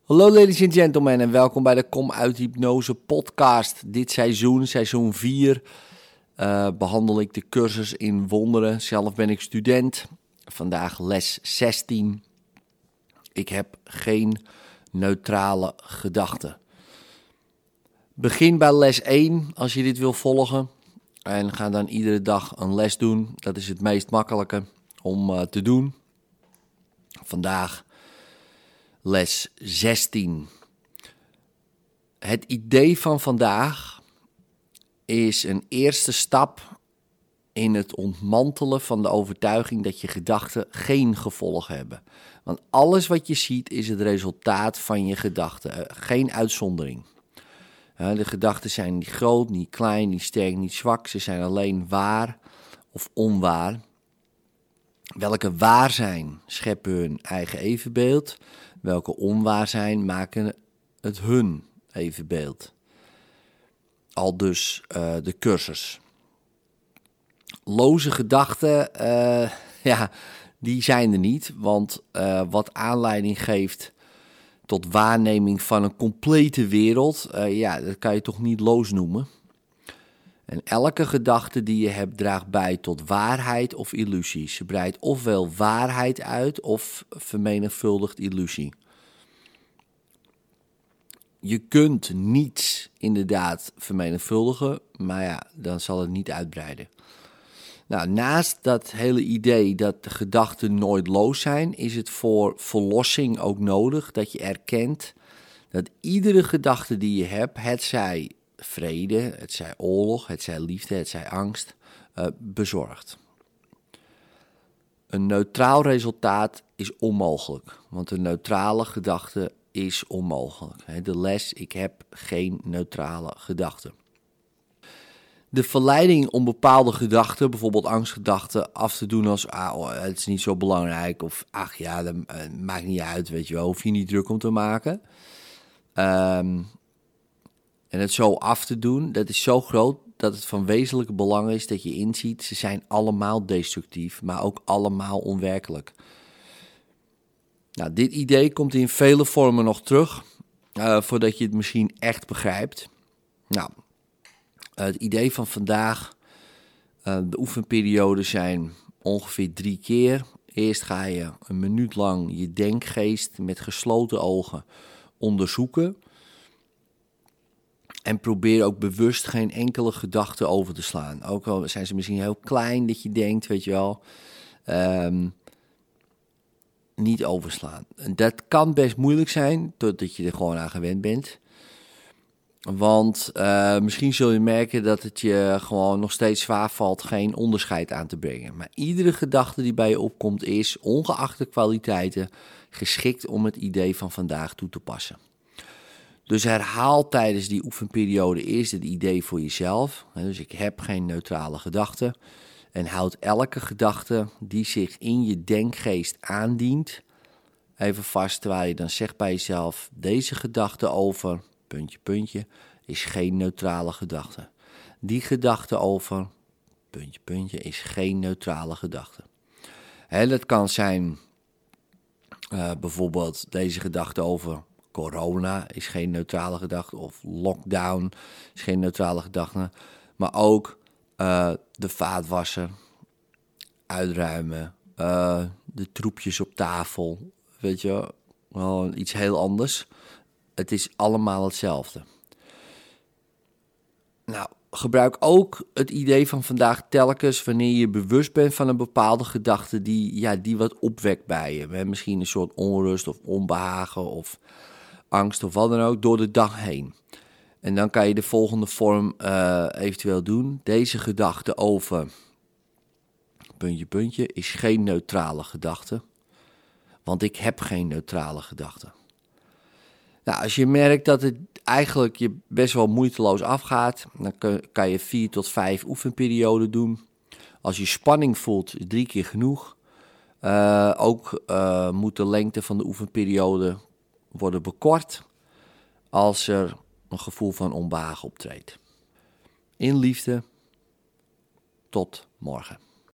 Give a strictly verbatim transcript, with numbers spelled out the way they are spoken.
Hallo ladies and gentlemen en welkom bij de Kom uit Hypnose podcast. Dit seizoen, seizoen vier, uh, behandel ik de cursus in wonderen. Zelf ben ik student. Vandaag les zestien. Ik heb geen neutrale gedachten. Begin bij les één als je dit wil volgen. En ga dan iedere dag een les doen. Dat is het meest makkelijke om uh, te doen. Vandaag les zestien. Het idee van vandaag is een eerste stap in het ontmantelen van de overtuiging dat je gedachten geen gevolg hebben. Want alles wat je ziet is het resultaat van je gedachten, geen uitzondering. De gedachten zijn niet groot, niet klein, niet sterk, niet zwak. Ze zijn alleen waar of onwaar. Welke waar zijn, scheppen hun eigen evenbeeld. Welke onwaar zijn, maken het hun evenbeeld. Al dus uh, de cursus. Loze gedachten, uh, ja, die zijn er niet. Want uh, wat aanleiding geeft tot waarneming van een complete wereld, uh, ja, dat kan je toch niet loos noemen. En elke gedachte die je hebt draagt bij tot waarheid of illusie. Ze breidt ofwel waarheid uit of vermenigvuldigt illusie. Je kunt niets inderdaad vermenigvuldigen, maar ja, dan zal het niet uitbreiden. Nou, naast dat hele idee dat de gedachten nooit loos zijn, is het voor verlossing ook nodig dat je erkent dat iedere gedachte die je hebt, het zij vrede, het zij oorlog, het zij liefde, het zij angst, uh, bezorgt. Een neutraal resultaat is onmogelijk, want een neutrale gedachte is onmogelijk. De les, ik heb geen neutrale gedachten. De verleiding om bepaalde gedachten, bijvoorbeeld angstgedachten, af te doen als ah, oh, het is niet zo belangrijk of ach ja, dat uh, maakt niet uit, weet je wel, hoef je niet druk om te maken. Um, en het zo af te doen, dat is zo groot dat het van wezenlijk belang is dat je inziet, ze zijn allemaal destructief, maar ook allemaal onwerkelijk. Nou, dit idee komt in vele vormen nog terug, uh, voordat je het misschien echt begrijpt. Nou, het idee van vandaag, uh, de oefenperiodes zijn ongeveer drie keer. Eerst ga je een minuut lang je denkgeest met gesloten ogen onderzoeken. En probeer ook bewust geen enkele gedachte over te slaan. Ook al zijn ze misschien heel klein dat je denkt, weet je wel. Um, niet overslaan. En dat kan best moeilijk zijn, totdat je er gewoon aan gewend bent. Want uh, misschien zul je merken dat het je gewoon nog steeds zwaar valt geen onderscheid aan te brengen. Maar iedere gedachte die bij je opkomt is, ongeacht de kwaliteiten, geschikt om het idee van vandaag toe te passen. Dus herhaal tijdens die oefenperiode eerst het idee voor jezelf. Dus ik heb geen neutrale gedachten. En houd elke gedachte die zich in je denkgeest aandient even vast, terwijl je dan zegt bij jezelf, deze gedachte over, puntje, puntje, is geen neutrale gedachte. Die gedachte over, puntje, puntje, is geen neutrale gedachte. Hè, dat kan zijn uh, bijvoorbeeld deze gedachte over corona is geen neutrale gedachte, of lockdown is geen neutrale gedachte, maar ook uh, de vaatwasser, uitruimen, uh, de troepjes op tafel, weet je, wel iets heel anders. Het is allemaal hetzelfde. Nou, gebruik ook het idee van vandaag telkens wanneer je bewust bent van een bepaalde gedachte die, ja, die wat opwekt bij je. Misschien een soort onrust of onbehagen of angst of wat dan ook door de dag heen. En dan kan je de volgende vorm uh, eventueel doen. Deze gedachte over, puntje, puntje, is geen neutrale gedachte. Want ik heb geen neutrale gedachte. Nou, als je merkt dat het eigenlijk je best wel moeiteloos afgaat, dan kun, kan je vier tot vijf oefenperioden doen. Als je spanning voelt, is drie keer genoeg. Uh, ook uh, moet de lengte van de oefenperiode worden bekort als er een gevoel van onbehagen optreedt. In liefde, tot morgen.